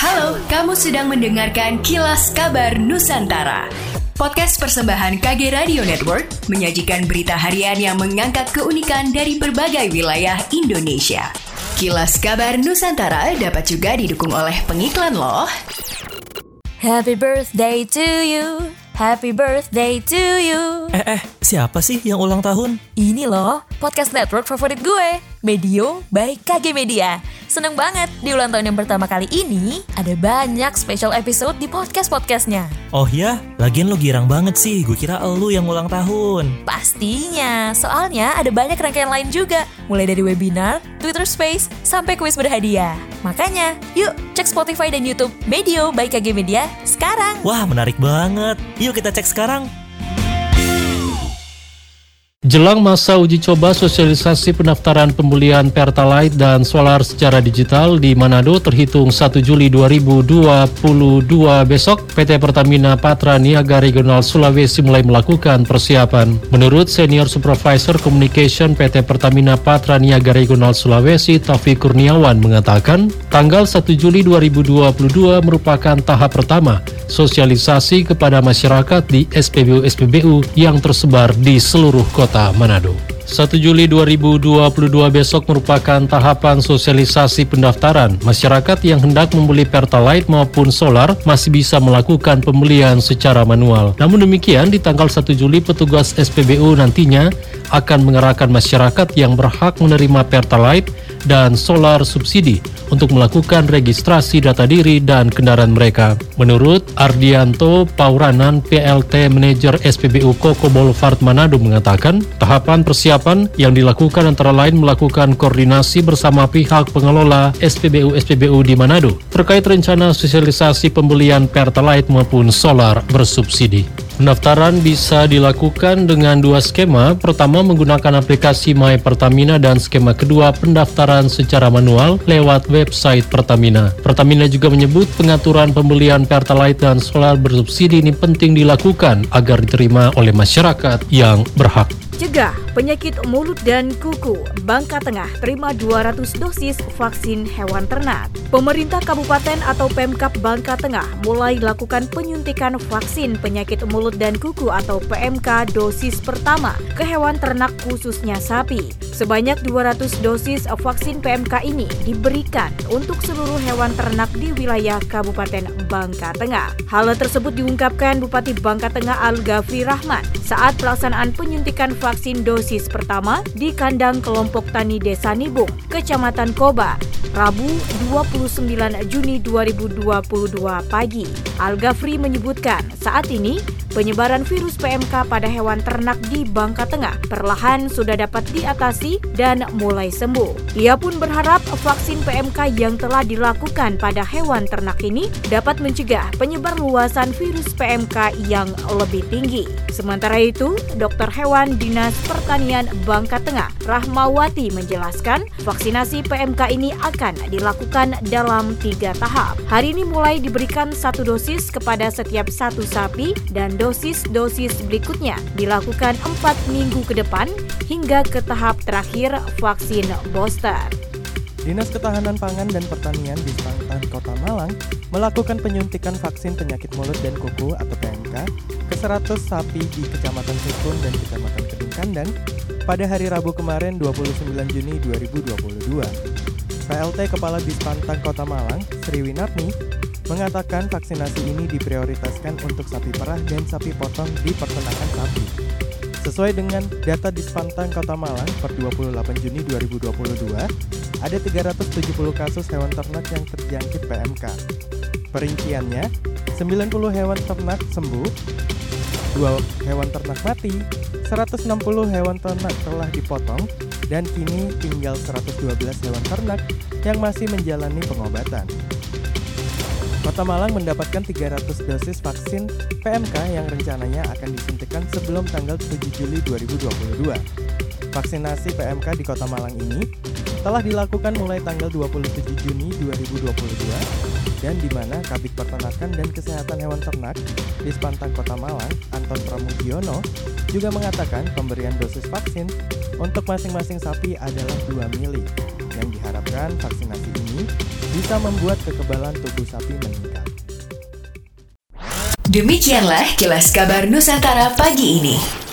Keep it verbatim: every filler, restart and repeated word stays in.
Halo, kamu sedang mendengarkan Kilas Kabar Nusantara. Podcast persembahan K G Radio Network menyajikan berita harian yang mengangkat keunikan dari berbagai wilayah Indonesia. Kilas Kabar Nusantara dapat juga didukung oleh pengiklan loh. Happy birthday to you, happy birthday to you. Eh, eh, siapa sih yang ulang tahun? Ini loh, podcast network favorit gue, Medio by K G Media. Seneng banget, di ulang tahun yang pertama kali ini, ada banyak special episode di podcast-podcastnya. Oh ya, lagian lo girang banget sih, gue kira elu yang ulang tahun. Pastinya, soalnya ada banyak rangkaian lain juga, mulai dari webinar, Twitter Space, sampai kuis berhadiah. Makanya, yuk cek Spotify dan YouTube Medio by K G Media sekarang. Wah, menarik banget. Yuk kita cek sekarang. Jelang masa uji coba sosialisasi pendaftaran pembelian Pertalite dan solar secara digital di Manado terhitung satu Juli dua ribu dua puluh dua besok, P T Pertamina Patra Niaga Regional Sulawesi mulai melakukan persiapan. Menurut Senior Supervisor Communication P T Pertamina Patra Niaga Regional Sulawesi, Taufik Kurniawan mengatakan, tanggal satu Juli dua ribu dua puluh dua merupakan tahap pertama sosialisasi kepada masyarakat di S P B U-S P B U yang tersebar di seluruh kota Manado. satu Juli dua ribu dua puluh dua besok merupakan tahapan sosialisasi pendaftaran. Masyarakat yang hendak membeli Pertalite maupun solar masih bisa melakukan pembelian secara manual. Namun demikian, di tanggal satu Juli petugas S P B U nantinya akan mengerahkan masyarakat yang berhak menerima Pertalite dan solar subsidi untuk melakukan registrasi data diri dan kendaraan mereka. Menurut Ardianto Pauranan, P L T Manager S P B U Koko Boulevard Manado mengatakan, tahapan persiapan yang dilakukan antara lain melakukan koordinasi bersama pihak pengelola S P B U-S P B U di Manado terkait rencana sosialisasi pembelian Pertalite maupun solar bersubsidi. Pendaftaran bisa dilakukan dengan dua skema. Pertama, menggunakan aplikasi My Pertamina dan skema kedua, pendaftaran secara manual lewat website Pertamina. Pertamina juga menyebut pengaturan pembelian Pertalite dan solar bersubsidi ini penting dilakukan agar diterima oleh masyarakat yang berhak. Cegah penyakit mulut dan kuku. Bangka Tengah terima dua ratus dosis vaksin hewan ternak. Pemerintah Kabupaten atau Pemkab Bangka Tengah mulai lakukan penyuntikan vaksin penyakit mulut dan kuku atau P M K dosis pertama ke hewan ternak khususnya sapi. Sebanyak dua ratus dosis vaksin P M K ini diberikan untuk seluruh hewan ternak di wilayah Kabupaten Bangka Tengah. Hal tersebut diungkapkan Bupati Bangka Tengah Al-Ghafri Rahman saat pelaksanaan penyuntikan vaksin dosis pertama di kandang kelompok tani Desa Nibung, Kecamatan Koba, Rabu dua puluh sembilan Juni dua ribu dua puluh dua pagi. Al-Ghafri menyebutkan saat ini penyebaran virus P M K pada hewan ternak di Bangka Tengah perlahan sudah dapat diatasi dan mulai sembuh. Ia pun berharap vaksin P M K yang telah dilakukan pada hewan ternak ini dapat mencegah penyebar luasan virus P M K yang lebih tinggi. Sementara itu, Dokter Hewan Dinas Pertanian Bangka Tengah, Rahmawati menjelaskan vaksinasi P M K ini akan dilakukan dalam tiga tahap. Hari ini mulai diberikan satu dosis kepada setiap satu sapi dan dosis-dosis berikutnya dilakukan empat minggu ke depan hingga ke tahap terakhir vaksin booster. Dinas Ketahanan Pangan dan Pertanian di Selatan Kota Malang melakukan penyuntikan vaksin penyakit mulut dan kuku atau P M K ke seratus sapi di Kecamatan Sukun dan Kecamatan Kedung Kandang pada hari Rabu kemarin dua puluh sembilan Juni dua ribu dua puluh dua. P L T Kepala Dispantang Kota Malang, Sri Winarni, mengatakan vaksinasi ini diprioritaskan untuk sapi perah dan sapi potong di peternakan sapi. Sesuai dengan data Dispantang Kota Malang per dua puluh delapan Juni dua ribu dua puluh dua, ada tiga ratus tujuh puluh kasus hewan ternak yang terjangkit P M K. Perinciannya, sembilan puluh hewan ternak sembuh, dua hewan ternak mati, seratus enam puluh hewan ternak telah dipotong, dan kini tinggal seratus dua belas hewan ternak yang masih menjalani pengobatan. Kota Malang mendapatkan tiga ratus dosis vaksin P M K yang rencananya akan disuntikan sebelum tanggal tujuh Juli dua ribu dua puluh dua. Vaksinasi P M K di Kota Malang ini telah dilakukan mulai tanggal dua puluh tujuh Juni dua ribu dua puluh dua dan di mana Kabid Peternakan dan Kesehatan Hewan Ternak di Dispantang Kota Malang, Anton Pramudiono, juga mengatakan pemberian dosis vaksin untuk masing-masing sapi adalah dua mili, yang diharapkan vaksinasi ini bisa membuat kekebalan tubuh sapi meningkat. Demikianlah kilas kabar Nusantara pagi ini.